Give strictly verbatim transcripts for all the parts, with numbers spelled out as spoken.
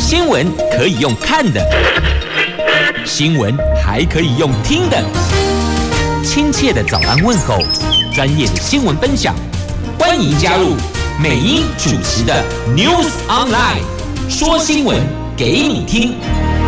新闻可以用看的，新闻还可以用听的。亲切的早安问候，专业的新闻分享，欢迎加入美英主持的 News Online， 说新闻给你听。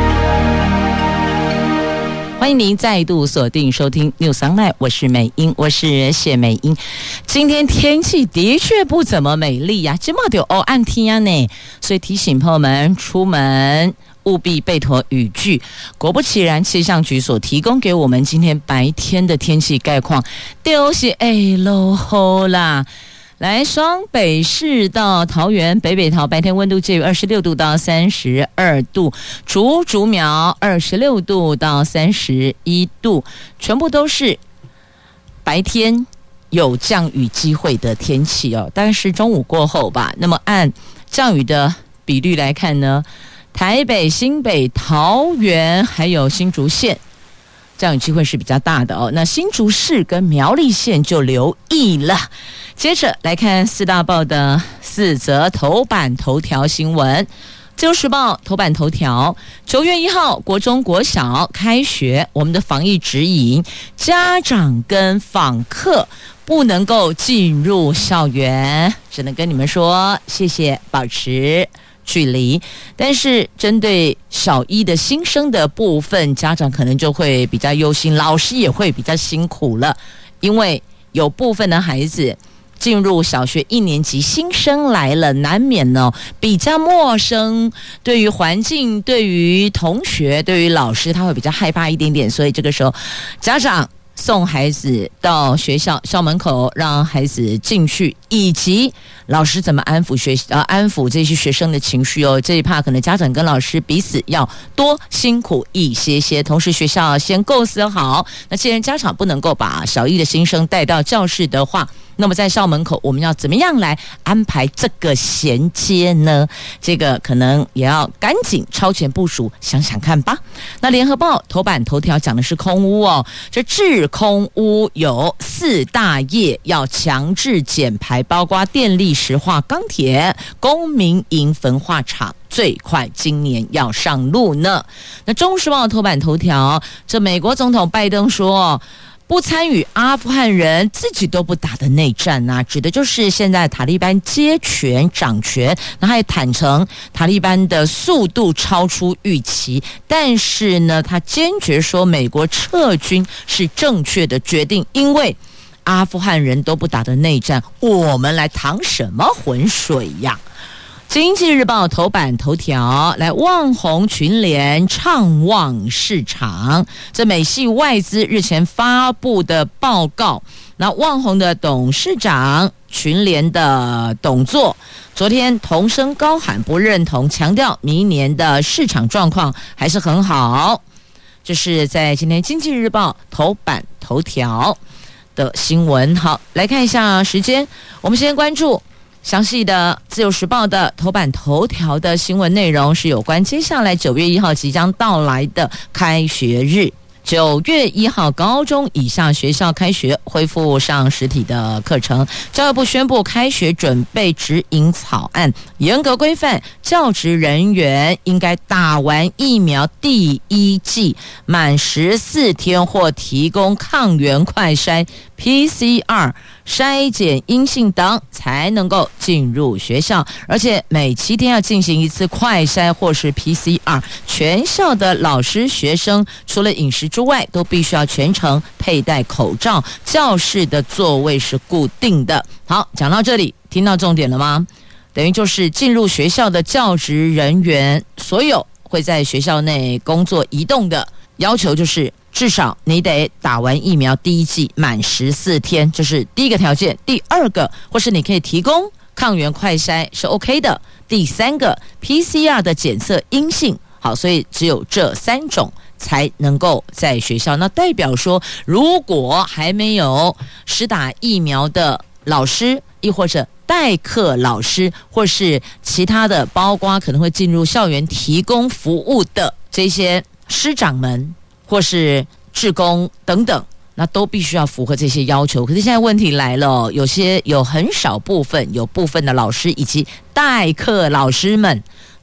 欢迎您再度锁定收听 News Online， 我是美英，我是谢美英。今天天气的确不怎么美丽呀、啊，今嘛就黑暗天呢，所以提醒朋友们出门务必备妥雨具。果不其然，气象局所提供给我们今天白天的天气概况，就是哎落雨啦。来，双北市到桃园北北桃白天温度介于二十六度到三十二度，竹竹苗二十六度到三十一度，全部都是白天有降雨机会的天气哦。但是中午过后吧，那么按降雨的比率来看呢，台北、新北、桃园还有新竹县降雨机会是比较大的哦。那新竹市跟苗栗县就留意了。接着来看四大报的四则头版头条新闻。自由时报头版头条：九月一号，国中国小开学，我们的防疫指引，家长跟访客不能够进入校园，只能跟你们说谢谢，保持距离。但是针对小一的新生的部分，家长可能就会比较忧心，老师也会比较辛苦了，因为有部分的孩子进入小学一年级，新生来了，难免呢比较陌生，对于环境、对于同学、对于老师，他会比较害怕一点点，所以这个时候家长送孩子到学校校门口，让孩子进去，以及老师怎么安抚学呃安抚这些学生的情绪哦，这一趴可能家长跟老师彼此要多辛苦一些些。同时学校先构思好，那既然家长不能够把小一的新生带到教室的话，那么在校门口我们要怎么样来安排这个衔接呢？这个可能也要赶紧超前部署，想想看吧。那联合报头版头条讲的是空污哦，这治空污有四大业要强制减排，包括电力、石化、钢铁、公民营焚化厂，最快今年要上路呢。那中时报头版头条，这美国总统拜登说不参与阿富汗人自己都不打的内战啊，指的就是现在塔利班接权掌权，那他也坦诚塔利班的速度超出预期，但是呢，他坚决说美国撤军是正确的决定，因为阿富汗人都不打的内战，我们来淌什么浑水呀？经济日报头版头条，来，旺宏群联畅旺市场，这美系外资日前发布的报告，那旺宏的董事长群联的董座昨天同声高喊不认同，强调明年的市场状况还是很好。这是在今天经济日报头版头条的新闻。好，来看一下时间，我们先关注详细的自由时报的头版头条的新闻内容，是有关接下来九月一号即将到来的开学日。九月一号，高中以下学校开学，恢复上实体的课程。教育部宣布开学准备指引草案，严格规范教职人员应该打完疫苗第一剂满十四天或提供抗原快筛 P C R 筛检阴性等才能够进入学校，而且每七天要进行一次快筛或是 P C R。全校的老师学生除了饮食之外，都必须要全程佩戴口罩，教室的座位是固定的。好，讲到这里，听到重点了吗？等于就是进入学校的教职人员，所有会在学校内工作移动的，要求就是至少你得打完疫苗第一剂满十四天，这是第一个条件。第二个，或是你可以提供抗原快筛是 OK 的。第三个 P C R 的检测阴性。好，所以只有这三种才能够在学校。那代表说，如果还没有施打疫苗的老师，亦或者代课老师，或是其他的包括可能会进入校园提供服务的这些师长们，或是志工等等，那都必须要符合这些要求。可是现在问题来了，有些有很少部分有部分的老师以及代课老师们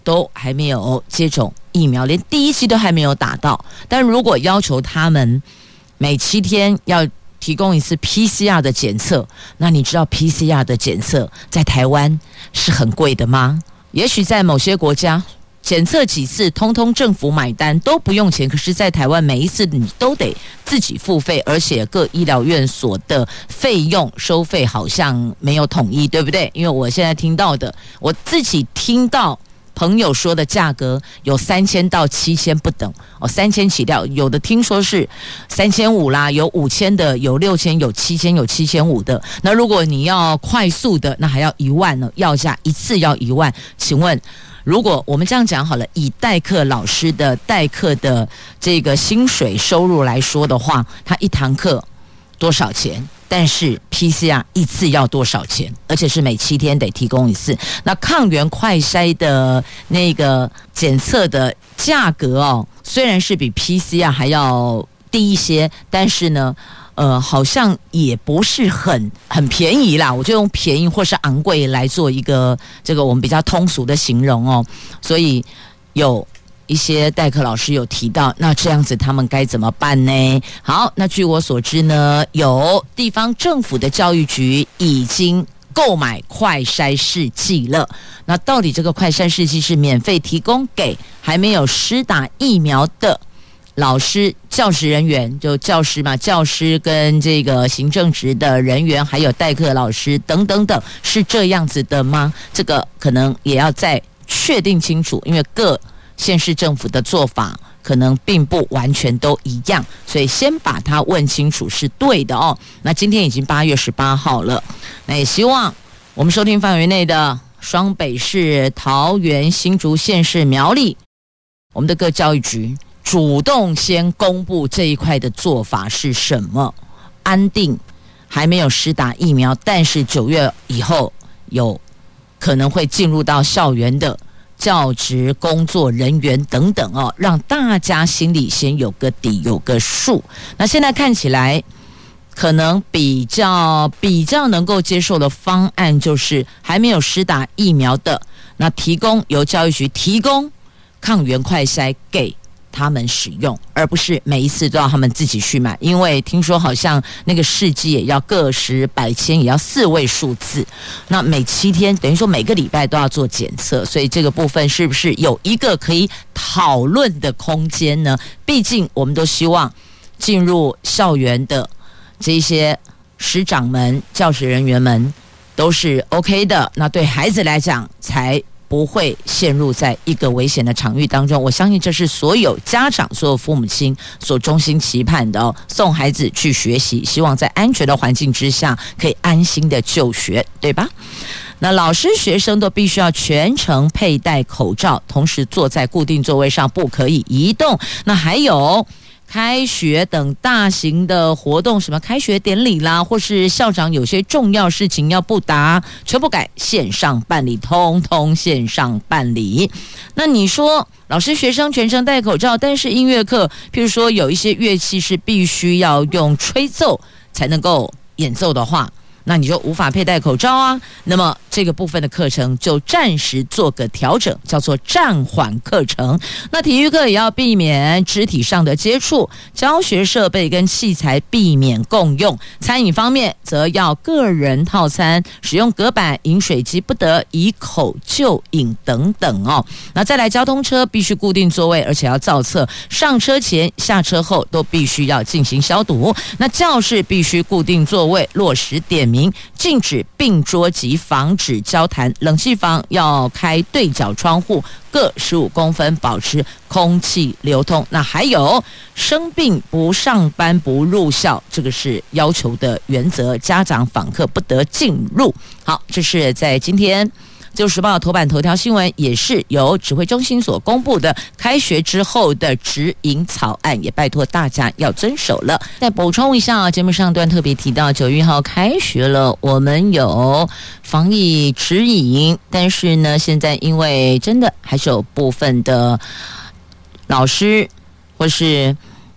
都还没有接种疫苗，连第一期都还没有打到。但如果要求他们每七天要提供一次 P C R 的检测，那你知道 P C R 的检测在台湾是很贵的吗？也许在某些国家检测几次通通政府买单都不用钱，可是在台湾每一次你都得自己付费，而且各医疗院所的费用收费好像没有统一，对不对？因为我现在听到的，我自己听到朋友说的价格有三千到七千不等哦，三千起跳，有的听说是三千五啦，有五千的，有六千，有七千，有七千五的。那如果你要快速的，那还要一万呢，要价一次要一万。请问，如果我们这样讲好了，以代课老师的代课的这个薪水收入来说的话，他一堂课多少钱？但是 P C R 一次要多少钱？而且是每七天得提供一次。那抗原快筛的那个检测的价格哦，虽然是比 P C R 还要低一些，但是呢，呃，好像也不是很很便宜啦。我就用便宜或是昂贵来做一个这个我们比较通俗的形容哦。所以有一些代课老师有提到，那这样子他们该怎么办呢？好，那据我所知呢，有地方政府的教育局已经购买快筛试剂了。那到底这个快筛试剂是免费提供给还没有施打疫苗的老师、教职人员，就教师嘛，教师跟这个行政职的人员，还有代课老师等等等，是这样子的吗？这个可能也要再确定清楚，因为各县市政府的做法可能并不完全都一样，所以先把它问清楚是对的哦。那今天已经八月十八号了，那也希望我们收听范围内的双北市、桃园、新竹县市、苗栗，我们的各教育局主动先公布这一块的做法是什么，安定还没有施打疫苗，但是九月以后有可能会进入到校园的教职工作人员等等哦，让大家心里先有个底，有个数。那现在看起来，可能比较比较能够接受的方案，就是还没有施打疫苗的，那提供由教育局提供抗原快筛给他们使用，而不是每一次都要他们自己去买，因为听说好像那个试剂也要个十百千，也要四位数字，那每七天等于说每个礼拜都要做检测，所以这个部分是不是有一个可以讨论的空间呢？毕竟我们都希望进入校园的这些师长们、教职人员们都是 OK 的，那对孩子来讲才不会陷入在一个危险的场域当中。我相信这是所有家长、所有父母亲所衷心期盼的哦。送孩子去学习，希望在安全的环境之下可以安心的就学，对吧？那老师、学生都必须要全程佩戴口罩，同时坐在固定座位上，不可以移动。那还有开学等大型的活动，什么开学典礼啦，或是校长有些重要事情要布达，全部改线上办理，通通线上办理。那你说老师学生全程戴口罩，但是音乐课譬如说有一些乐器是必须要用吹奏才能够演奏的话，那你就无法佩戴口罩啊。那么这个部分的课程就暂时做个调整，叫做暂缓课程。那体育课也要避免肢体上的接触，教学设备跟器材避免共用。餐饮方面则要个人套餐，使用隔板、饮水机不得以口就饮等等哦。那再来，交通车必须固定座位，而且要造册，上车前、下车后都必须要进行消毒。那教室必须固定座位，落实点名，禁止并桌及防止交谈。冷气房要开对角窗户，各十五公分，保持空气流通。那还有生病不上班不入校，这个是要求的原则，家长访客不得进入。好，这是在今天自由时报头版头条新闻，也是由指挥中心所公布的开学之后的指引草案，也拜托大家要遵守了。再补充一下，节目上段特别提到九月一号开学了，我们有防疫指引，但是呢，现在因为真的还是有部分的老师或是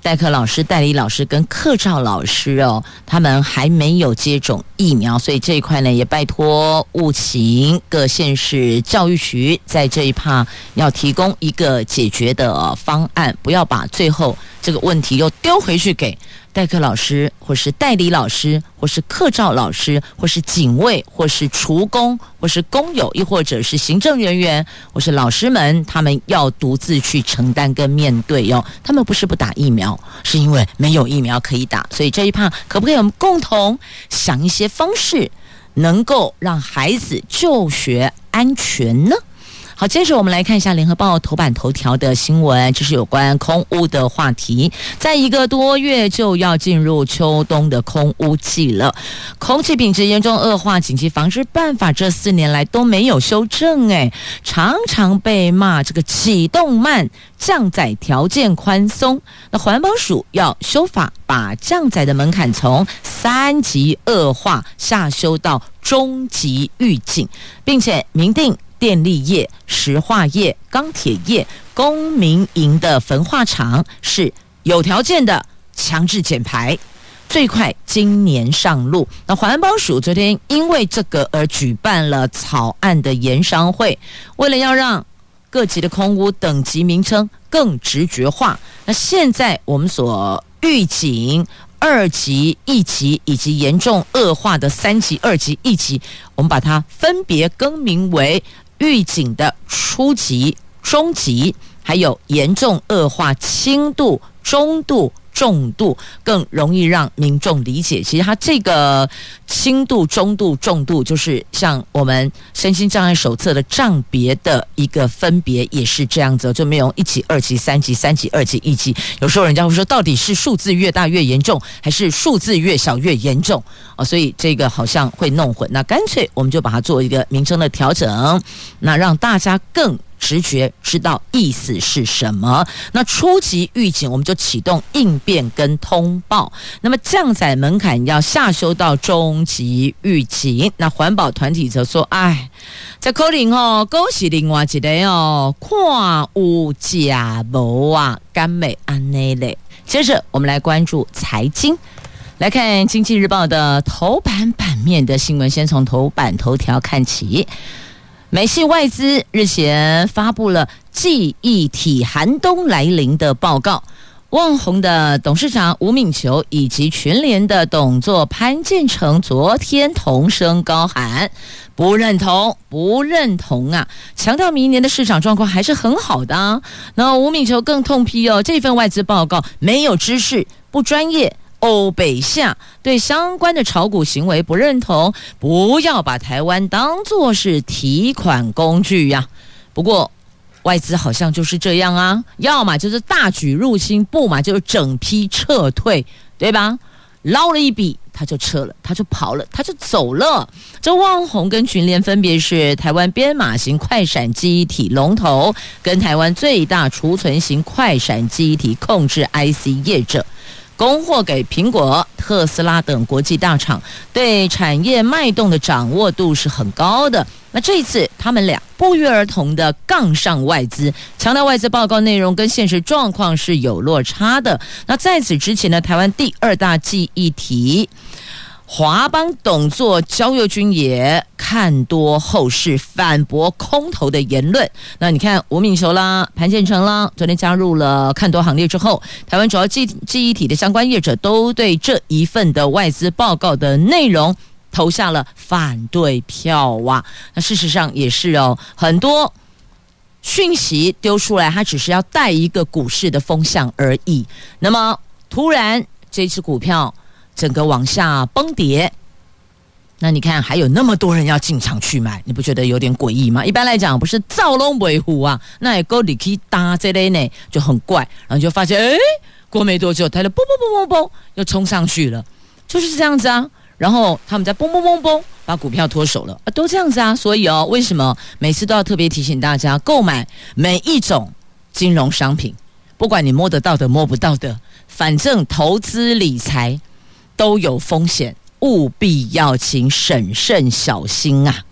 代课老师、代理老师跟课照老师哦，他们还没有接种疫苗，所以这一块呢，也拜托务勤各县市教育局在这一趴要提供一个解决的方案，不要把最后这个问题又丢回去给代课老师，或是代理老师，或是课照老师，或是警卫，或是厨工，或是工友，亦或者是行政人员，或是老师们，他们要独自去承担跟面对哟。他们不是不打疫苗，是因为没有疫苗可以打，所以这一趴可不可以我们共同想一些方式，能够让孩子就学安全呢？好，接着我们来看一下联合报头版头条的新闻，这是有关空污的话题。在一个多月就要进入秋冬的空污季了，空气品质严重恶化，紧急防治办法这四年来都没有修正，哎，常常被骂这个启动慢，降载条件宽松。那环保署要修法，把降载的门槛从三级恶化下修到中级预警，并且明定电力业、石化业、钢铁业、公民营的焚化厂是有条件的强制减排，最快今年上路。那环保署昨天因为这个而举办了草案的研商会，为了要让各级的空污等级名称更直觉化，那现在我们所预警二级、一级以及严重恶化的三级、二级、一级，我们把它分别更名为预警的初级、中级，还有严重恶化轻度、中度、重度，更容易让民众理解。其实它这个轻度、中度、重度，就是像我们身心障碍手册的障别的一个分别，也是这样子，就没有一级、二级、三级、三级、二级、一级。有时候人家会说，到底是数字越大越严重，还是数字越小越严重？哦，所以这个好像会弄混。那干脆我们就把它做一个名称的调整，那让大家更直觉知道意思是什么。那初级预警我们就启动应变跟通报，那么降载门槛要下修到中级预警。那环保团体则说，哎，这可能哦，都是另外一个哦，看有假无啊，甘美安内嘞。接着我们来关注财经。来看《经济日报》的头版版面的新闻，先从头版头条看起。美系外资日前发布了记忆体寒冬来临的报告，旺宏的董事长吴敏球以及群联的董座潘建成昨天同声高喊不认同，不认同啊！强调明年的市场状况还是很好的啊。那吴敏球更痛批哦，这份外资报告没有知识，不专业。欧北下，对相关的炒股行为不认同，不要把台湾当作是提款工具呀、啊。不过外资好像就是这样啊，要么就是大举入侵，不嘛就是整批撤退，对吧？捞了一笔他就撤了，他就跑了，他就走了。这旺宏跟群联分别是台湾编码型快闪记忆体龙头，跟台湾最大储存型快闪记忆体控制 I C 业者，供货给苹果、特斯拉等国际大厂，对产业脉动的掌握度是很高的。那这一次他们俩不约而同的杠上外资，强调外资报告内容跟现实状况是有落差的。那在此之前呢，台湾第二大记忆体华邦董座焦佑军也看多后市，反驳空头的言论。那你看吴敏球啦、潘建成啦，昨天加入了看多行列之后，台湾主要记记忆体的相关业者都对这一份的外资报告的内容投下了反对票啊。那事实上也是哦，很多讯息丢出来，它只是要带一个股市的风向而已。那么突然这只股票整个往下崩跌，那你看还有那么多人要进场去买，你不觉得有点诡异吗？一般来讲不是造龙维护啊，那也够你可以搭这类呢，就很怪。然后就发现，哎，过没多久，它就嘣嘣嘣嘣嘣又冲上去了，就是这样子啊。然后他们在嘣嘣嘣嘣把股票脱手了啊，都这样子啊。所以哦，为什么每次都要特别提醒大家，购买每一种金融商品，不管你摸得到的摸不到的，反正投资理财都有风险，务必要请审慎小心啊！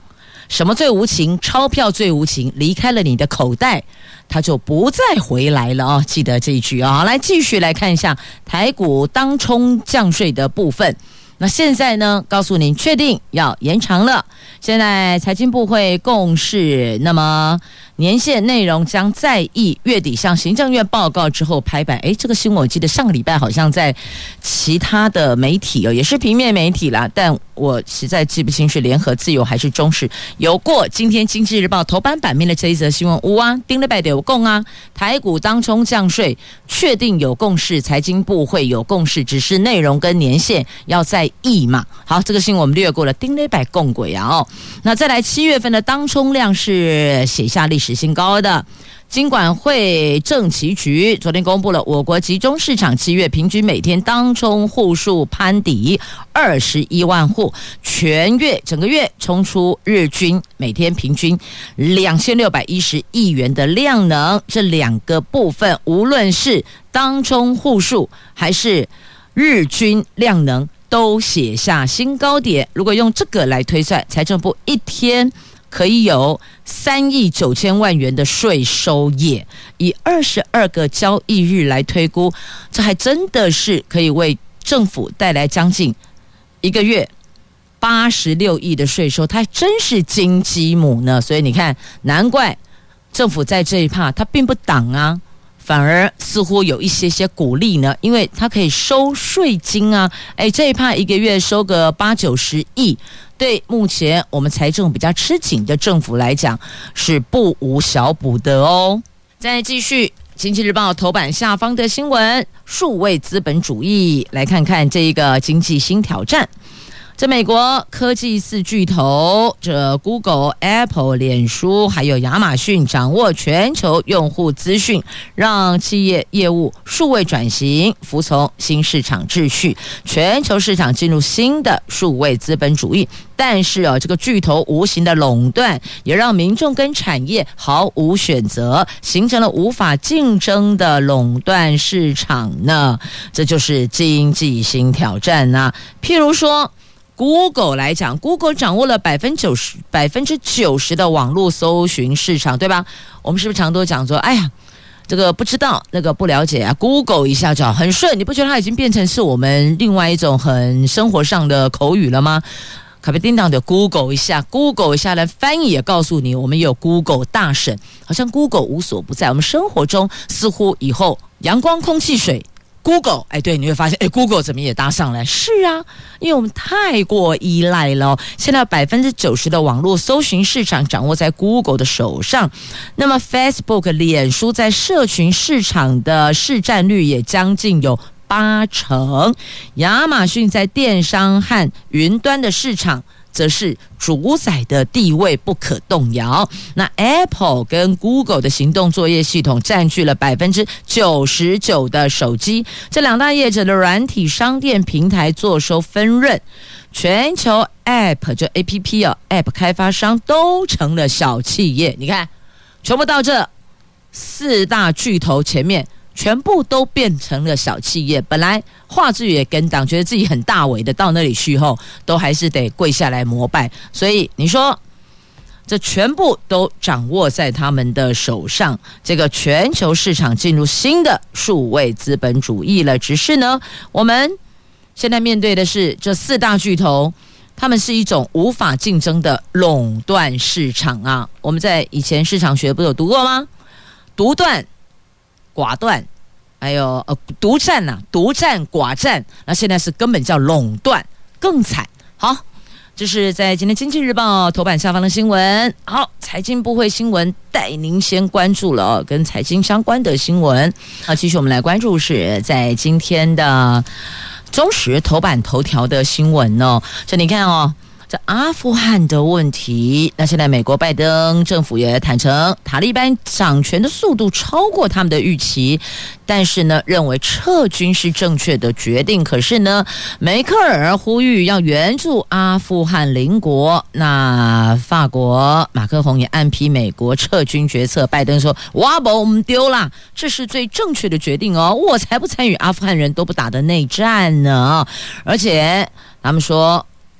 什么最无情？钞票最无情，离开了你的口袋，它就不再回来了啊！记得这一句啊！来，继续来看一下台股当冲降税的部分。那现在呢，告诉您确定要延长了。现在财经部会共识，那么年限内容将在议月底向行政院报告之后拍板。诶，这个新闻我记得上个礼拜好像在其他的媒体哦，也是平面媒体啦，但我实在记不清是联合自由还是中时有过。今天经济日报头版版面的这一则新闻，有啊，丁礼拜的有共啊，台股当冲降税确定有共识，财经部会有共识，只是内容跟年限要在议嘛。好，这个新闻我们略过了，丁礼拜共轨啊哦。那再来七月份的当冲量是写下历史新高的。金管会政企局昨天公布了我国集中市场七月平均每天当冲户数攀抵二十一万户，全月整个月冲出日均每天平均两千六百一十亿元的量能。这两个部分，无论是当冲户数还是日均量能，都写下新高点。如果用这个来推算，财政部一天可以有三亿九千万元的税收业，以二十二个交易日来推估，这还真的是可以为政府带来将近一个月八十六亿的税收，它还真是金鸡母呢。所以你看，难怪政府在这一趴它并不挡啊，反而似乎有一些些鼓励呢，因为它可以收税金啊。哎，这一趴一个月收个八九十亿。对目前我们财政比较吃紧的政府来讲，是不无小补的哦。再继续经济日报头版下方的新闻，数位资本主义，来看看这一个经济新挑战。这美国科技四巨头，这 Google、Apple、脸书还有亚马逊掌握全球用户资讯，让企业业务数位转型，服从新市场秩序，全球市场进入新的数位资本主义。但是哦，这个巨头无形的垄断，也让民众跟产业毫无选择，形成了无法竞争的垄断市场呢。这就是经济新挑战啊。譬如说Google 来讲 ，Google 掌握了百分之九十百分之九十的网络搜寻市场，对吧？我们是不是常多讲说，哎呀，这个不知道，那个不了解啊 ，Google 一下就很顺，你不觉得它已经变成是我们另外一种很生活上的口语了吗？卡贝叮当的 Google 一下 ，Google 一下来翻译也告诉你，我们有 Google 大神，好像 Google 无所不在，我们生活中似乎以后阳光、空气、水。Google， 哎，对，你会发现，哎 ，Google 怎么也搭上来？是啊，因为我们太过依赖了。现在百分之九十的网络搜寻市场掌握在 Google 的手上，那么 Facebook、脸书在社群市场的市占率也将近有八成，亚马逊在电商和云端的市场则是主宰的地位不可动摇。那 Apple 跟 Google 的行动作业系统占据了百分之九十九的手机，这两大业者的软体商店平台坐收分润。全球 App 就 A P P 哦 ，App 开发商都成了小企业。你看，全部到这四大巨头前面。全部都变成了小企业，本来画质也跟党，觉得自己很大伟的，到那里去后，都还是得跪下来膜拜。所以你说，这全部都掌握在他们的手上，这个全球市场进入新的数位资本主义了。只是呢，我们现在面对的是这四大巨头，他们是一种无法竞争的垄断市场啊。我们在以前市场学不是有读过吗？独断。寡断，还有呃独占呐、啊，独占寡占，那现在是根本叫垄断，更惨。好，这是在今天《经济日报》头版下方的新闻。好，财经部会新闻带您先关注了、哦、跟财经相关的新闻。好，继续我们来关注是在今天的中时头版头条的新闻哦。这你看哦。这阿富汗的问题，那现在美国拜登政府也坦承，塔利班掌权的速度超过他们的预期，但是呢，认为撤军是正确的决定。可是呢，梅克尔呼吁要援助阿富汗邻国，那法国马克宏也暗批美国撤军决策，拜登说：“哇不，我们丢啦，这是最正确的决定哦，我才不参与阿富汗人都不打的内战呢。”而且他们说。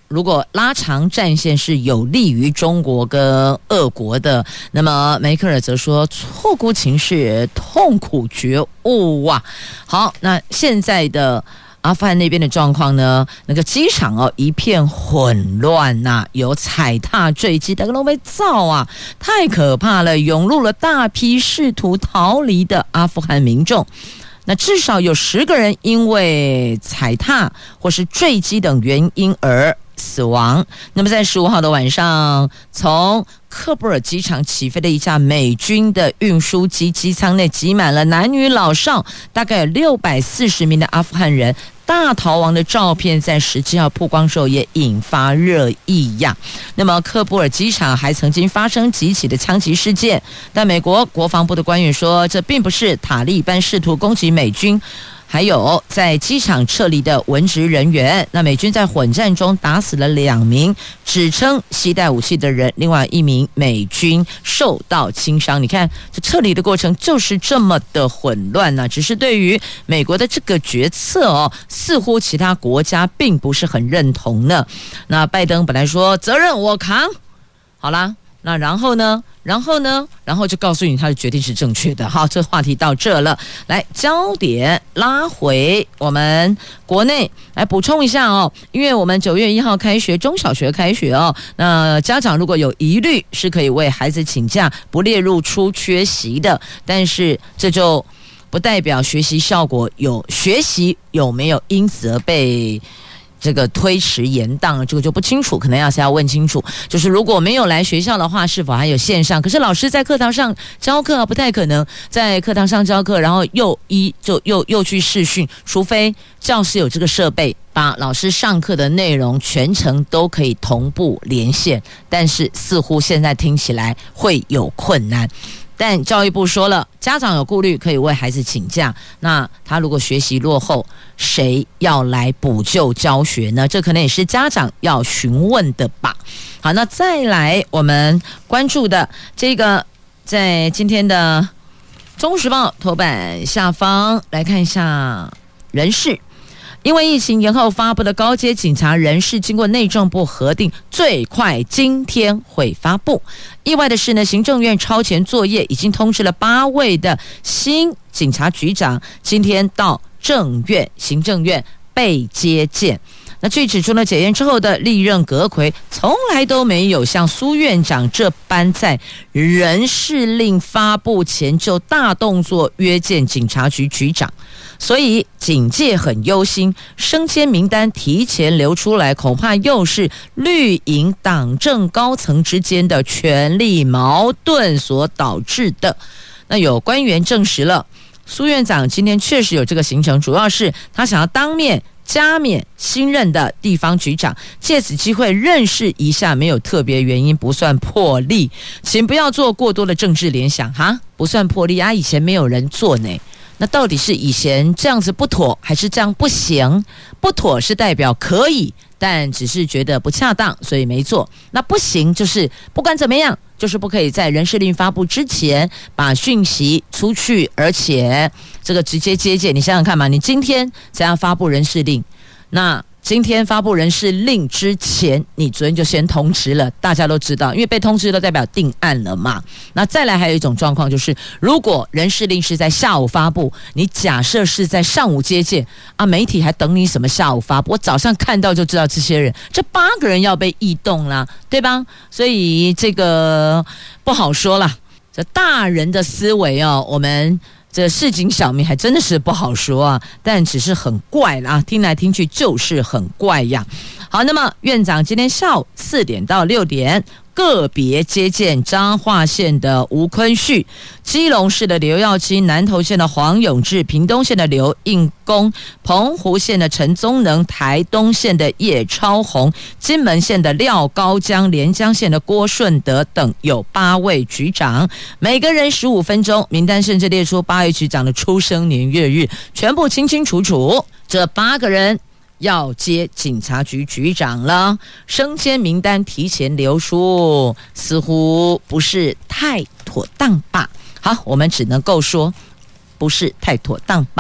如果拉长战线是有利于中国跟俄国的，那么梅克尔则说错估情势，痛苦觉悟啊。好，那现在的阿富汗那边的状况呢？那个机场哦一片混乱呐、啊，有踩踏坠机，大家都被造啊，太可怕了！涌入了大批试图逃离的阿富汗民众。那至少有十个人因为踩踏或是坠机等原因而死亡。那么在十五号的晚上，从喀布尔机场起飞的一架美军的运输机机舱内挤满了男女老少，大概有六百四十名的阿富汗人。大逃亡的照片在十七号曝光时候也引发热议呀。那么喀布尔机场还曾经发生几起的枪击事件，但美国国防部的官员说，这并不是塔利班试图攻击美军，还有在机场撤离的文职人员。那美军在混战中打死了两名指称携带武器的人，另外一名美军受到轻伤。你看这撤离的过程就是这么的混乱呢、啊。只是对于美国的这个决策哦，似乎其他国家并不是很认同呢。那拜登本来说责任我扛，好啦。那然后呢？然后呢？然后就告诉你他的决定是正确的。好，这话题到这了，来焦点拉回我们国内来补充一下哦，因为我们九月一号开学，中小学开学哦，那家长如果有疑虑是可以为孩子请假，不列入出缺席的，但是这就不代表学习效果有学习有没有因此而被这个推迟延宕，这个就不清楚，可能要是要问清楚。就是如果没有来学校的话，是否还有线上？可是老师在课堂上教课、啊、不太可能在课堂上教课，然后又一就又又去视讯，除非教室有这个设备，把老师上课的内容全程都可以同步连线，但是似乎现在听起来会有困难。但教育部说了，家长有顾虑可以为孩子请假，那他如果学习落后，谁要来补救教学呢？这可能也是家长要询问的吧。好，那再来我们关注的这个，在今天的《中时报》头版下方来看一下人事。因为疫情延后发布的高阶警察人事，经过内政部核定，最快今天会发布。意外的是呢，行政院超前作业已经通知了八位的新警察局长，今天到政院、行政院被接见。那据指出呢，检验之后的历任阁揆从来都没有像苏院长这般在人事令发布前就大动作约见警察局局长，所以警界很忧心，升迁名单提前流出来，恐怕又是绿营党政高层之间的权力矛盾所导致的。那有官员证实了，苏院长今天确实有这个行程，主要是他想要当面加冕新任的地方局长，借此机会认识一下，没有特别原因，不算破例，请不要做过多的政治联想哈，不算破例啊，以前没有人做呢。那到底是以前这样子不妥，还是这样不行？不妥是代表可以，但只是觉得不恰当，所以没做。那不行就是不管怎么样，就是不可以在人事令发布之前把讯息出去，而且这个直接接见。你想想看嘛，你今天怎样发布人事令？那今天发布人事令之前，你昨天就先通知了，大家都知道，因为被通知了代表定案了嘛。那再来还有一种状况，就是如果人事令是在下午发布，你假设是在上午接见啊，媒体还等你什么下午发布？我早上看到就知道这些人，这八个人要被异动啦，对吧？所以这个不好说啦，这大人的思维哦，我们这市井小民还真的是不好说啊，但只是很怪啦，听来听去就是很怪呀。好，那么院长今天下午四点到六点个别接见彰化县的吴坤旭、基隆市的刘耀基、南投县的黄永志、屏东县的刘应公、澎湖县的陈宗能、台东县的叶超宏、金门县的廖高江、连江县的郭顺德等有八位局长，每个人十五分钟，名单甚至列出八位局长的出生年月日，全部清清楚楚。这八个人要接警察局局长了，升迁名单提前流出，似乎不是太妥当吧？好，我们只能够说不是太妥当吧。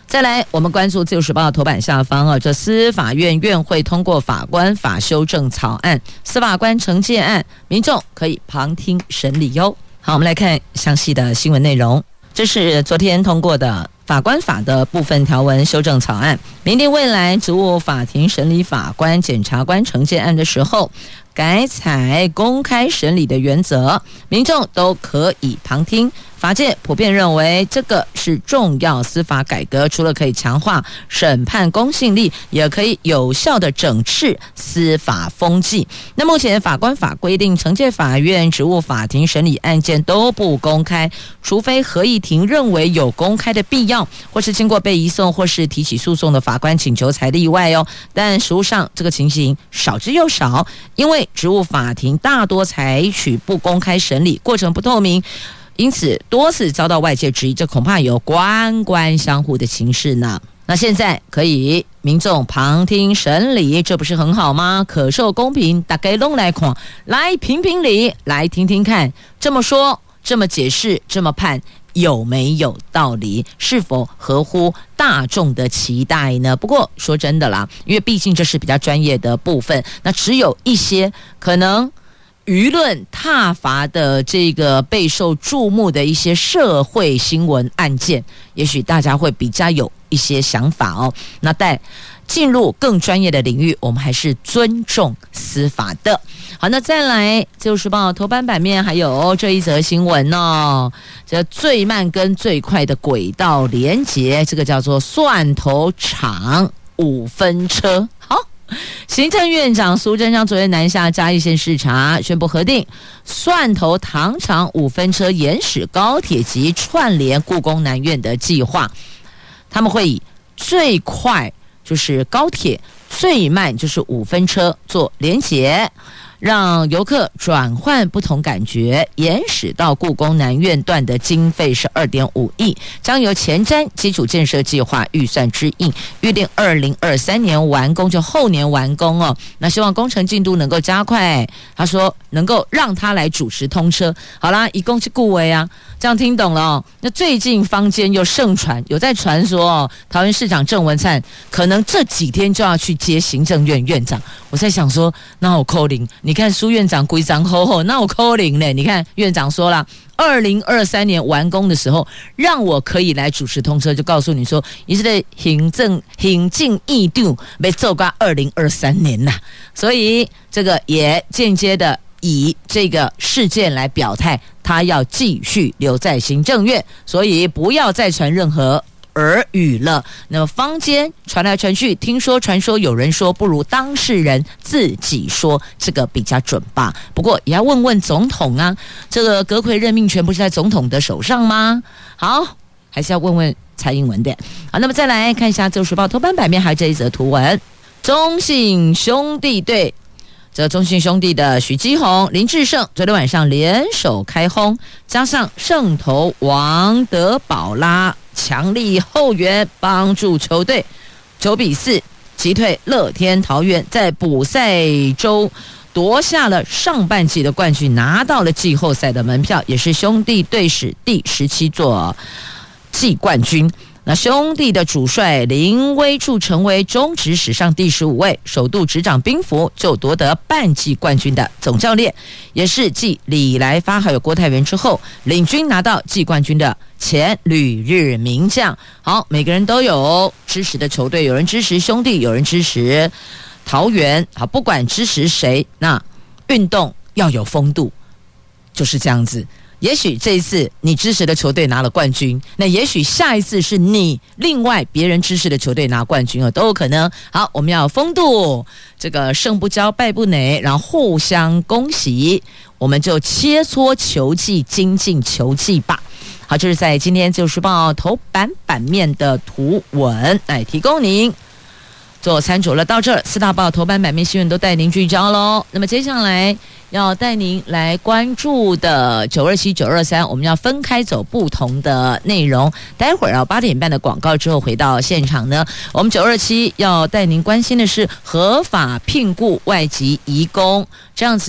再来，我们关注自由时报头版下方啊，这司法院院会通过法官法修正草案，司法官惩戒案，民众可以旁听审理哟。好，我们来看详细的新闻内容。这是昨天通过的法官法的部分条文修正草案，明定未来职务法庭审理法官、检察官惩戒案的时候，改采公开审理的原则，民众都可以旁听。法界普遍认为这个是重要司法改革，除了可以强化审判公信力，也可以有效的整治司法风气。那目前法官法规定，惩戒法院、职务法庭审理案件都不公开，除非合议庭认为有公开的必要，或是经过被移送或是提起诉讼的法官请求才例外哦。但实务上这个情形少之又少，因为职务法庭大多采取不公开审理，过程不透明，因此多次遭到外界质疑，这恐怕有官官相护的情势呢。那现在可以民众旁听审理，这不是很好吗？可受公平，大家都来看，来评评理，来听听看，这么说，这么解释，这么判，有没有道理？是否合乎大众的期待呢？不过说真的啦，因为毕竟这是比较专业的部分，那只有一些可能舆论挞伐的这个备受注目的一些社会新闻案件，也许大家会比较有一些想法哦。那在进入更专业的领域，我们还是尊重司法的。好，那再来自由时报头版版面还有这一则新闻哦，这最慢跟最快的轨道连结，这个叫做蒜头厂五分车。好，行政院长苏贞昌昨天南下嘉义县视察，宣布核定蒜头糖厂五分车沿驶高铁及串联故宫南院的计划。他们会以最快就是高铁，最慢就是五分车做连结，让游客转换不同感觉。沿驶到故宫南院段的经费是 二点五亿，将由前瞻基础建设计划预算支应，预定二零二三年完工，就后年完工哦。那希望工程进度能够加快，他说能够让他来主持通车。好啦，以公是顾为啊，这样听懂了哦。那最近坊间又盛传，有在传说哦，桃园市长郑文灿可能这几天就要去接行政院院长。我在想说，那我扣零，你看苏院长规章厚厚，那我扣零呢？你看院长说了，二零二三年完工的时候，让我可以来主持通车，就告诉你说，你是在行政行进异度被做到二零二三年呐、啊，所以这个也间接的以这个事件来表态，他要继续留在行政院，所以不要再传任何耳语了。那么坊间传来传去，听说传说有人说不如当事人自己说，这个比较准吧。不过也要问问总统啊，这个阁揆任命权不是在总统的手上吗？好，还是要问问蔡英文的。好，那么再来看一下《自由时报》头版版面还有这一则图文，中信兄弟队。这中信兄弟的许基宏、林志胜昨天晚上联手开轰，加上胜投王德宝拉强力后援，帮助球队九比四击退乐天桃园，在补赛周夺下了上半季的冠军，拿到了季后赛的门票，也是兄弟队史第十七座季冠军。那兄弟的主帅林威柱成为中职史上第十五位首度执掌兵符就夺得半季冠军的总教练，也是继李来发还有郭泰源之后领军拿到季冠军的前旅日名将。好，每个人都有支持的球队，有人支持兄弟，有人支持桃园。好，不管支持谁，那运动要有风度，就是这样子。也许这一次你支持的球队拿了冠军，那也许下一次是你另外别人支持的球队拿冠军都有可能。好，我们要有风度，这个胜不骄败不馁，然后互相恭喜，我们就切磋球技，精进球技吧。好，这是在今天《自由时报》头版版面的图文，来提供您做参酌了。到这儿，四大报头版版面新闻都带您聚焦喽。那么接下来要带您来关注的九二七、九二三，我们要分开走不同的内容。待会儿啊，八点半的广告之后回到现场呢，我们九二七要带您关心的是合法聘雇外籍移工，这样子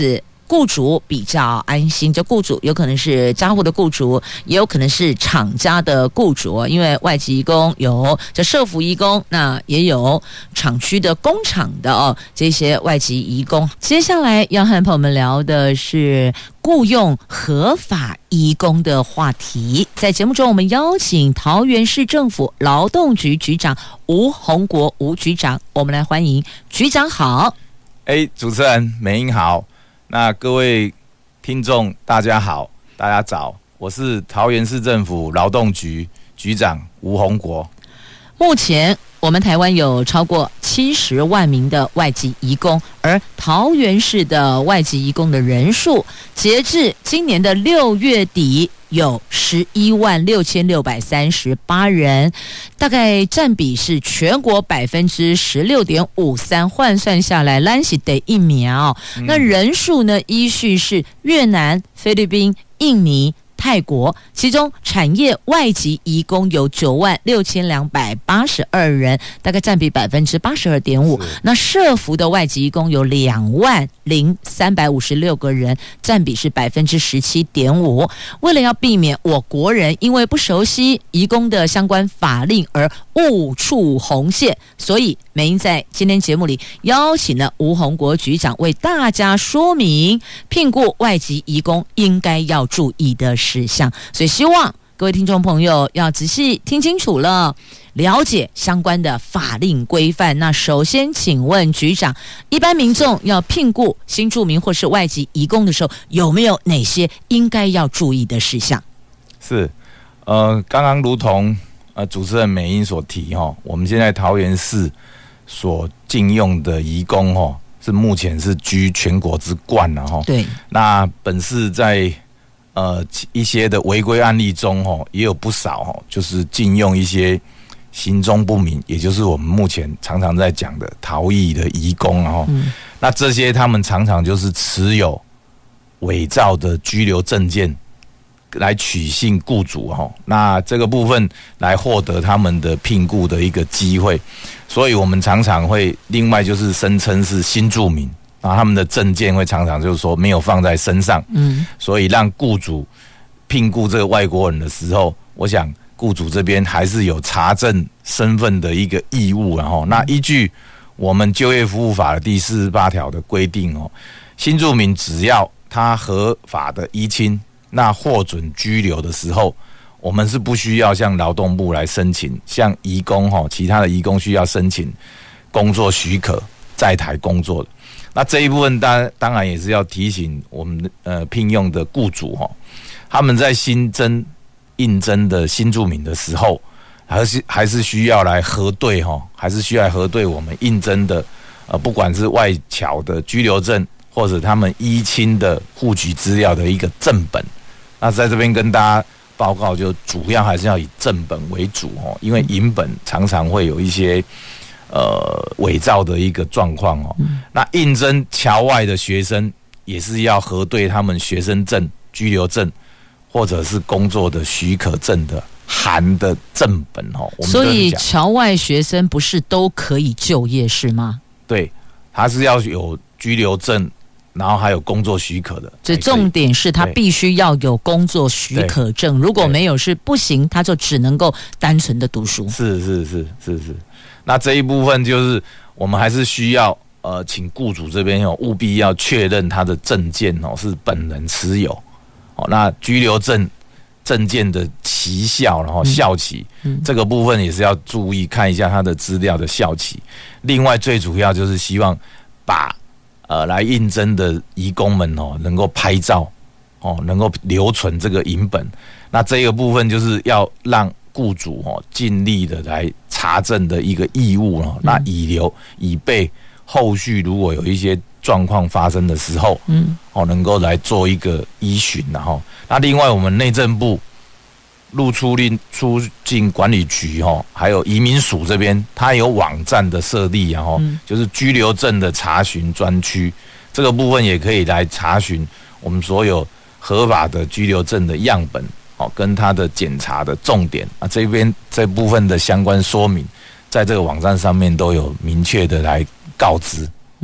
雇主比较安心。就雇主有可能是家户的雇主，也有可能是厂家的雇主，因为外籍移工有这社福移工，那也有厂区的工厂的哦，这些外籍移工。接下来要和朋友们聊的是雇用合法移工的话题。在节目中，我们邀请桃园市政府劳动局局长吴宏国吴局长，我们来欢迎局长好。 哎，主持人美英好，那各位听众大家好，大家早，我是桃园市政府劳动局局长吴宏国。 目前我们台湾有超过七十万名的外籍移工，而桃园市的外籍移工的人数，截至今年的六月底有十一万六千六百三十八人，大概占比是全国百分之十六点五三，换算下来，咱是得一秒。嗯、那人数呢，依序是越南、菲律宾、印尼、泰国，其中产业外籍移工有九万六千两百八十二人，大概占比百分之八十二点五。那社福的外籍移工有两万零三百五十六个人，占比是百分之十七点五。为了要避免我国人因为不熟悉移工的相关法令而误触红线，所以美英在今天节目里邀请了吴宏国局长为大家说明聘雇外籍移工应该要注意的事项，所以希望各位听众朋友要仔细听清楚了，了解相关的法令规范。那首先请问局长，一般民众要聘雇新住民或是外籍移工的时候，有没有哪些应该要注意的事项？ 是呃，刚刚如同呃主持人美英所提哈，我们现在桃园市所禁用的移工哈，是目前是居全国之冠了哈。对，那本市在呃，一些的违规案例中，哦，也有不少哦，就是禁用一些行踪不明，也就是我们目前常常在讲的逃逸的移工，哦，嗯、那这些他们常常就是持有伪造的居留证件来取信雇主，哦，那这个部分来获得他们的聘雇的一个机会，所以我们常常会另外就是声称是新住民。然后他们的证件会常常就是说没有放在身上，嗯，所以让雇主聘雇这个外国人的时候，我想雇主这边还是有查证身份的一个义务，然后那依据我们就业服务法的第四十八条的规定哦，新住民只要他合法的依亲，那获准居留的时候，我们是不需要向劳动部来申请，像移工哈，其他的移工需要申请工作许可在台工作的。那这一部分当当然也是要提醒我们呃聘用的雇主哈，他们在新增应征的新住民的时候，还是还是需要来核对哈，还是需要来核对我们应征的呃不管是外侨的居留证或者他们依亲的户籍资料的一个正本。那在这边跟大家报告，就主要还是要以正本为主哦，因为影本常常会有一些。呃，伪造的一个状况哦。嗯、那应征侨外的学生也是要核对他们学生证、居留证或者是工作的许可证的含的正本哦。 所以侨外学生不是都可以就业是吗？ 对，他是要有居留证，然后还有工作许可的。 所以重点是他必须要有工作许可证，如果没有是不行，他就只能够单纯的读书。 是是是是是。那这一部分就是我们还是需要呃，请雇主这边哦，务必要确认他的证件哦是本人持有哦。那居留证证件的期效，然后效期、嗯嗯、这个部分也是要注意看一下他的资料的效期。另外最主要就是希望把呃来应征的移工们哦能够拍照哦，能够留存这个影本。那这个部分就是要让雇主哦尽力的来查证的一个义务哦，那以留以备后续如果有一些状况发生的时候，嗯，哦能够来做一个依循，然后那另外我们内政部入出令出境管理局哦，还有移民署这边，它有网站的设立，然后就是居留证的查询专区，这个部分也可以来查询我们所有合法的居留证的样本。哦，跟他的检查的重点啊，这边这部分的相关说明，在这个网站上面都有明确的来告知。 嗯，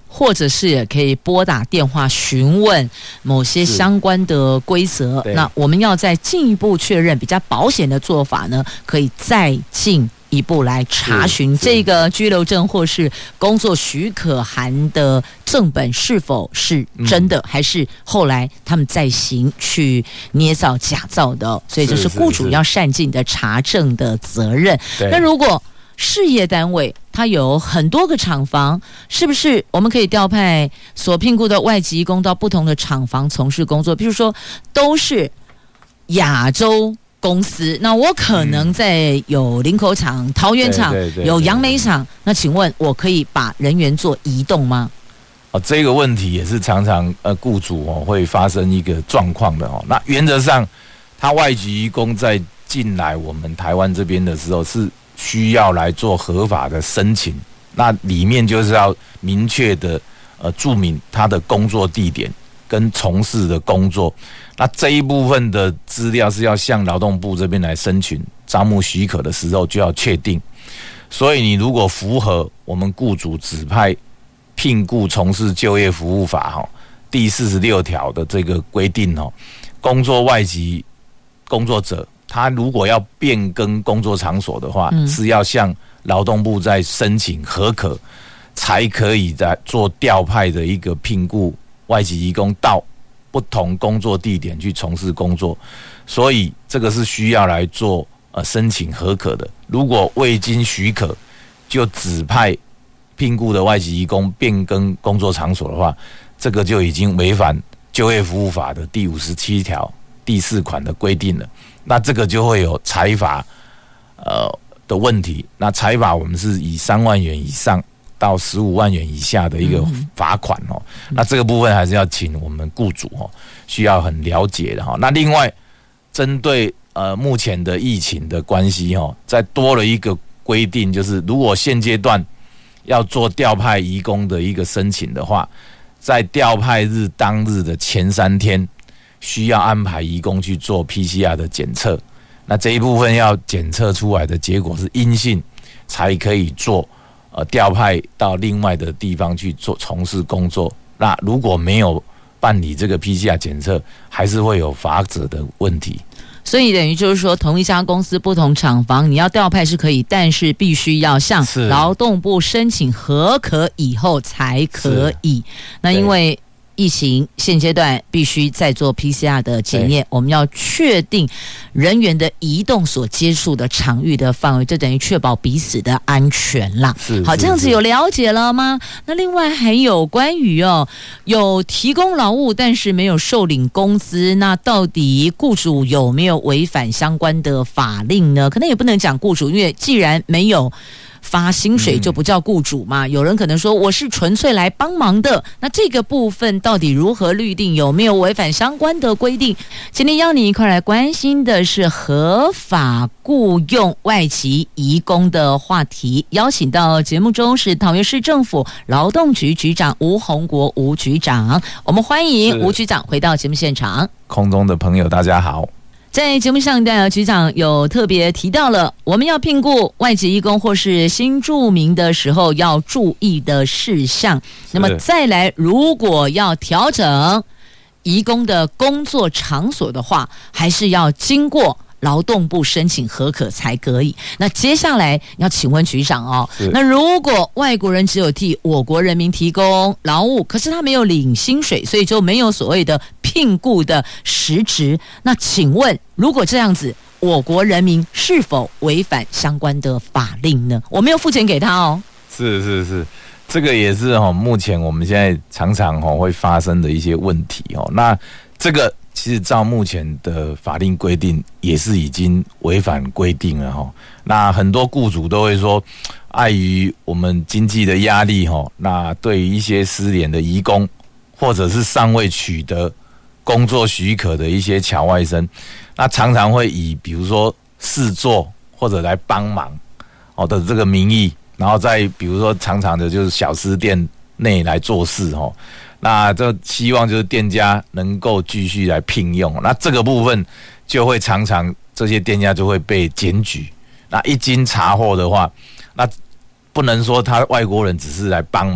或者是也可以拨打电话询问某些相关的规则。那我们要再进一步确认比较保险的做法呢，可以再进一步来查询这个居留证或是工作许可函的正本是否是真的，嗯、还是后来他们再行去捏造假造的。所以这是雇主要善尽的查证的责任。那如果事业单位它有很多个厂房，是不是我们可以调派所聘雇的外籍移工到不同的厂房从事工作？比如说都是亚洲公司，那我可能在有林口厂、桃园厂，有杨梅厂，那请问我可以把人员做移动吗？ 哦，这个问题也是常常呃雇主哦会发生一个状况的哦。那原则上，他外籍移工在进来我们台湾这边的时候是需要来做合法的申请，那里面就是要明确的呃注明他的工作地点跟从事的工作，那这一部分的资料是要向劳动部这边来申请招募许可的时候就要确定。所以你如果符合我们雇主指派聘雇从事就业服务法哈第四十六条的这个规定哦，工作外籍工作者他如果要变更工作场所的话，嗯、是要向劳动部再申请核可，才可以在做调派的一个聘雇外籍移工到不同工作地点去从事工作，所以这个是需要来做呃申请核可的。如果未经许可就指派聘雇的外籍移工变更工作场所的话，这个就已经违反就业服务法的第五十七条第四款的规定了。那这个就会有裁罚呃的问题。那裁罚我们是以三万元以上到十五万元以下的一个罚款哦。嗯、那这个部分还是要请我们雇主哦需要很了解的哈。那另外针对呃目前的疫情的关系哦，再多了一个规定，就是如果现阶段要做调派移工的一个申请的话，在调派日当日的前三天，需要安排移工去做 P C R 的检测。那这一部分要检测出来的结果是阴性，才可以做呃调派到另外的地方去做从事工作。那如果没有办理这个 P C R 检测，还是会有罚则的问题。 所以等于就是说，同一家公司不同厂房，你要调派是可以，但是必须要向劳动部申请核可以后才可以。那因为疫情现阶段必须再做 P C R 的检验，我们要确定人员的移动所接触的场域的范围，这等于确保彼此的安全啦。好，这样子有了解了吗？那另外还有关于哦，有提供劳务但是没有受领工资，那到底雇主有没有违反相关的法令呢？可能也不能讲雇主，因为既然没有发薪水就不叫雇主嘛、嗯、有人可能说我是纯粹来帮忙的，那这个部分到底如何律定，有没有违反相关的规定？今天邀你一块来关心的是合法雇用外籍移工的话题，邀请到节目中是桃园市政府劳动局局长吴宏国吴局长，我们欢迎吴局长回到节目现场。 空中的朋友大家好。 在节目上的局长有特别提到了我们要聘雇外籍移工或是新住民的时候要注意的事项，那么再来如果要调整移工的工作场所的话，还是要经过劳动部申请核可才可以。那接下来要请问局长哦，那如果外国人只有替我国人民提供劳务，可是他没有领薪水，所以就没有所谓的聘雇的实质，那请问如果这样子，我国人民是否违反相关的法令呢？我没有付钱给他哦。 是是是，这个也是哦，目前我们现在常常哦会发生的一些问题哦。那这个其实照目前的法令规定，也是已经违反规定了哈。那很多雇主都会说，碍于我们经济的压力哈，那对于一些失联的移工，或者是尚未取得工作许可的一些侨外生，那常常会以比如说试做或者来帮忙哦的这个名义，然后再比如说常常的就是小吃店内来做事哦。那这希望就是店家能够继续来聘用，那这个部分就会常常这些店家就会被检举。那一经查获的话，那不能说他外国人只是来帮忙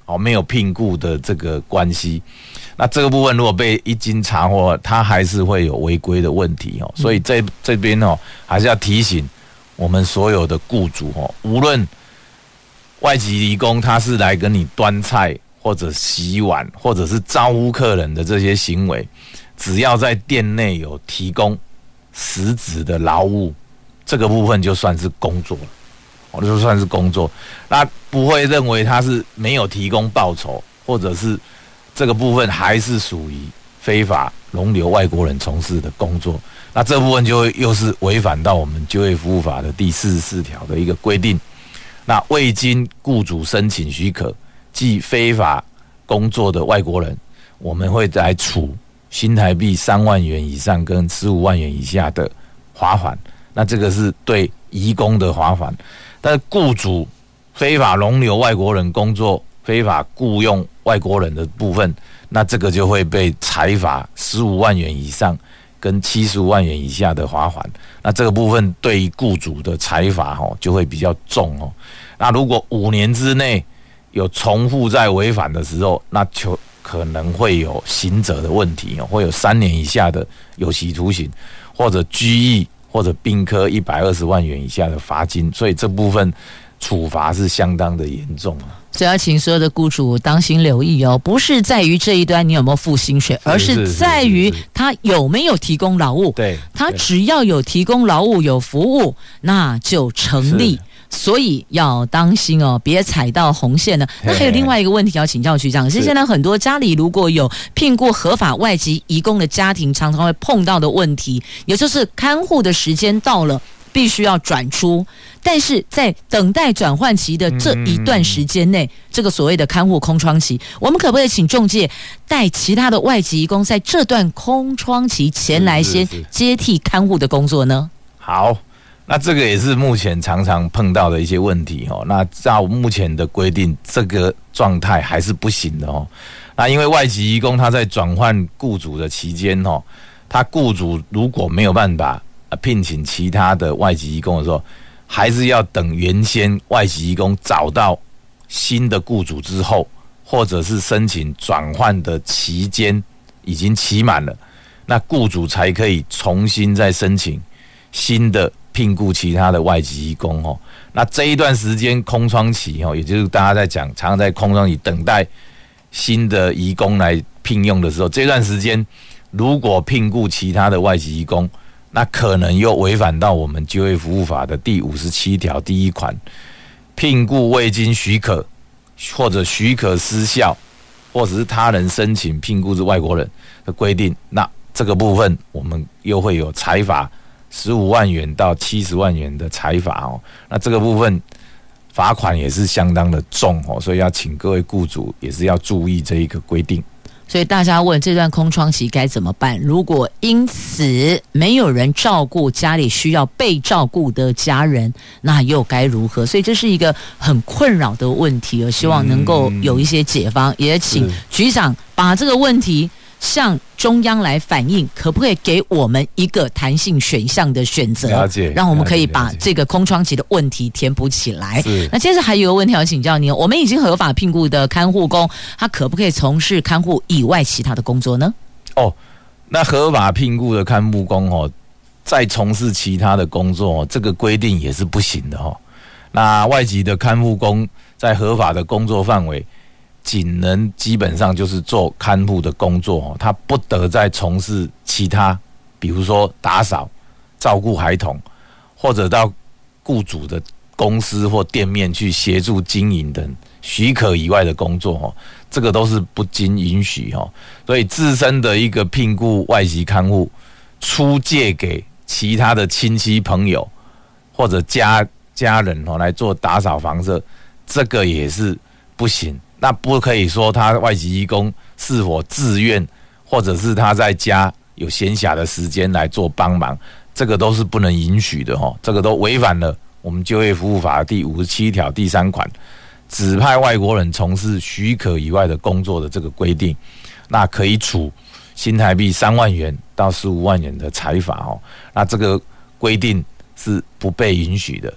哦，没有聘雇的这个关系。那这个部分如果被一经查获，它还是会有违规的问题哦。所以这这边哦，还是要提醒我们所有的雇主哦，无论外籍移工他是来跟你端菜或者洗碗或者是招呼客人的这些行为，只要在店内有提供实质的劳务，这个部分就算是工作了，哦，就算是工作，那不会认为他是没有提供报酬，或者是这个部分还是属于非法容留外国人从事的工作，那这部分就又是违反到我们就业服务法的第四十四条的一个规定。那未经雇主申请许可，即非法工作的外国人，我们会来处新台币三万元以上跟十五万元以下的罚款。那这个是对移工的罚款，但是雇主非法容留外国人工作、非法雇用外国人的部分，那这个就会被裁罚十五万元以上跟七十五万元以下的罚款。那这个部分对于雇主的裁罚哦就会比较重哦。那如果五年之内有重复在违反的时候，那就可能会有刑责的问题哦，会有三年以下的有期徒刑，或者拘役，或者并科一百二十万元以下的罚金。所以这部分处罚是相当的严重啊。 所以要请所有的雇主当心留意哦，不是在于这一端你有没有付薪水，而是在于他有没有提供劳务。 对， 他只要有提供劳务有服务，那就成立。所以要当心哦，别踩到红线了。那还有另外一个问题要请教局长，是现在很多家里如果有聘雇合法外籍移工的家庭，常常会碰到的问题，也就是看护的时间到了，必须要转出，但是在等待转换期的这一段时间内，这个所谓的看护空窗期，我们可不可以请仲介带其他的外籍移工在这段空窗期前来先接替看护的工作呢？ 好，那这个也是目前常常碰到的一些问题哦。那照目前的规定，这个状态还是不行的哦。那因为外籍移工他在转换雇主的期间哦，他雇主如果没有办法聘请其他的外籍移工的时候，还是要等原先外籍移工找到新的雇主之后，或者是申请转换的期间已经期满了，那雇主才可以重新再申请新的聘雇其他的外籍移工哦。那这一段时间空窗期哦，也就是大家在讲，常常在空窗期等待新的移工来聘用的时候，这段时间如果聘雇其他的外籍移工，那可能又违反到我们就业服务法的第五十七条第一款，聘雇未经许可或者许可失效，或者是他人申请聘雇之外国人的规定。那这个部分我们又会有裁罚十五万元到七十万元的裁罚哦。那这个部分罚款也是相当的重哦，所以要请各位雇主也是要注意这一个规定。 所以大家问这段空窗期该怎么办？如果因此没有人照顾家里需要被照顾的家人，那又该如何？所以这是一个很困扰的问题，我希望能够有一些解方，也请局长把这个问题向中央来反映，可不可以给我们一个弹性选项的选择， 了解， 让我们可以把这个空窗期的问题填补起来。那接着还有一个问题要请教您，我们已经合法聘雇的看护工，他可不可以从事看护以外其他的工作呢？ 哦，那合法聘雇的看护工哦，再从事其他的工作，这个规定也是不行的哦。那外籍的看护工在合法的工作范围，仅能基本上就是做看护的工作，他不得再从事其他，比如说打扫、照顾孩童，或者到雇主的公司或店面去协助经营等许可以外的工作，这个都是不经允许。所以自身的一个聘雇外籍看护出借给其他的亲戚朋友或者家家人来做打扫房舍，这个也是不行。那不可以说他外籍移工是否自愿，或者是他在家有闲暇的时间来做帮忙，这个都是不能允许的哦。这个都违反了我们就业服务法第五十七条第三款，指派外国人从事许可以外的工作的这个规定，那可以处新台币三万元到十五万元的裁罚哦。那这个规定是不被允许的。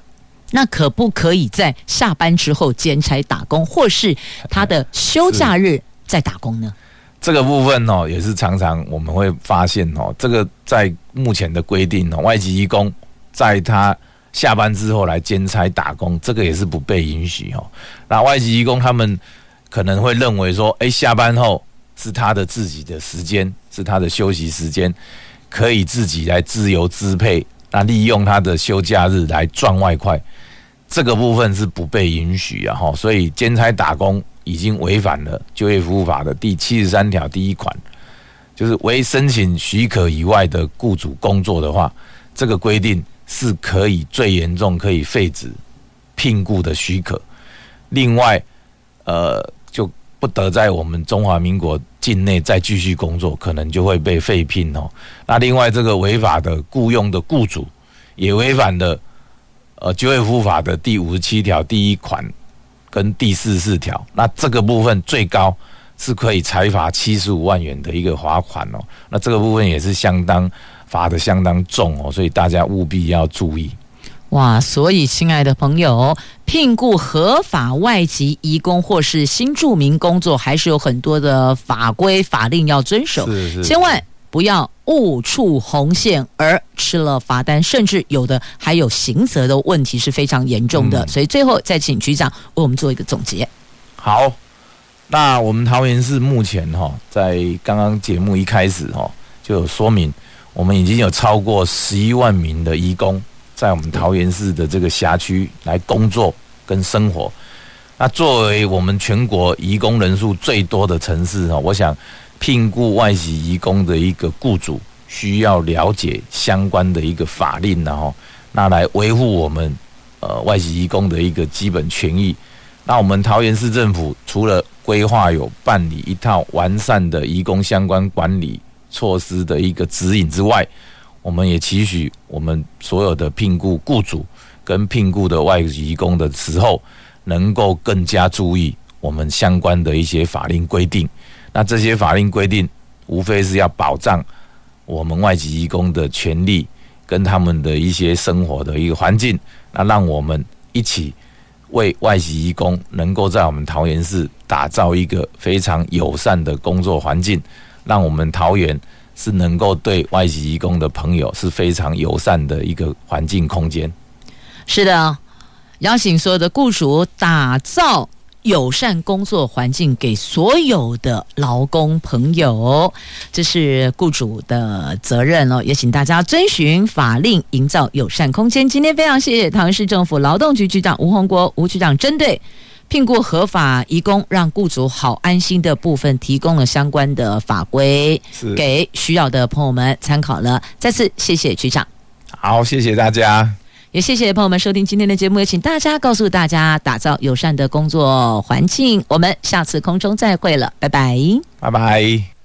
那可不可以在下班之后兼差打工，或是他的休假日再打工呢？ 这个部分哦，也是常常我们会发现哦，这个在目前的规定哦，外籍移工在他下班之后来兼差打工，这个也是不被允许哦。那外籍移工他们可能会认为说，哎，下班后是他的自己的时间，是他的休息时间，可以自己来自由支配，那利用他的休假日来赚外快，这个部分是不被允许啊！哈，所以兼差打工已经违反了就业服务法的第七十三条第一款，就是为申请许可以外的雇主工作的话，这个规定是可以最严重可以废止聘雇的许可。另外，呃，就不得在我们中华民国境内再继续工作，可能就会被废聘哦。那另外，这个违法的雇用的雇主也违反了呃就业服务法的第五十七条第一款跟第四十四条。那这个部分最高是可以裁罚七十五万元的一个罚款哦。那这个部分也是相当罚的相当重哦，所以大家务必要注意。 哇，所以亲爱的朋友，聘雇合法外籍移工或是新住民工作，还是有很多的法规法令要遵守， 是是是， 千万不要误触红线而吃了罚单，甚至有的还有刑责的问题是非常严重的。嗯、所以最后再请局长为我们做一个总结。 好，那我们桃园市目前哈，在刚刚节目一开始哈就有说明，我们已经有超过十一万名的移工在我们桃园市的这个辖区来工作跟生活。那作为我们全国移工人数最多的城市哈，我想聘雇外籍移工的一个雇主需要了解相关的一个法令，然后那来维护我们呃外籍移工的一个基本权益。那我们桃园市政府除了规划有办理一套完善的移工相关管理措施的一个指引之外，我们也期许我们所有的聘雇雇主跟聘雇的外籍移工的时候，能够更加注意我们相关的一些法令规定。那这些法令规定无非是要保障我们外籍移工的权利跟他们的一些生活的一个环境，那让我们一起为外籍移工能够在我们桃园市打造一个非常友善的工作环境，让我们桃园是能够对外籍移工的朋友是非常友善的一个环境空间。 是的，邀请所有的雇主打造友善工作环境给所有的劳工朋友，这是雇主的责任哦，也请大家遵循法令，营造友善空间。今天非常谢谢桃园市政府劳动局局长吴宏国吴局长针对聘雇合法移工让雇主好安心的部分提供了相关的法规，给需要的朋友们参考了。再次谢谢局长。 好，谢谢大家。 也谢谢朋友们收听今天的节目，也请大家告诉大家打造友善的工作环境。我们下次空中再会了，拜拜， 拜拜。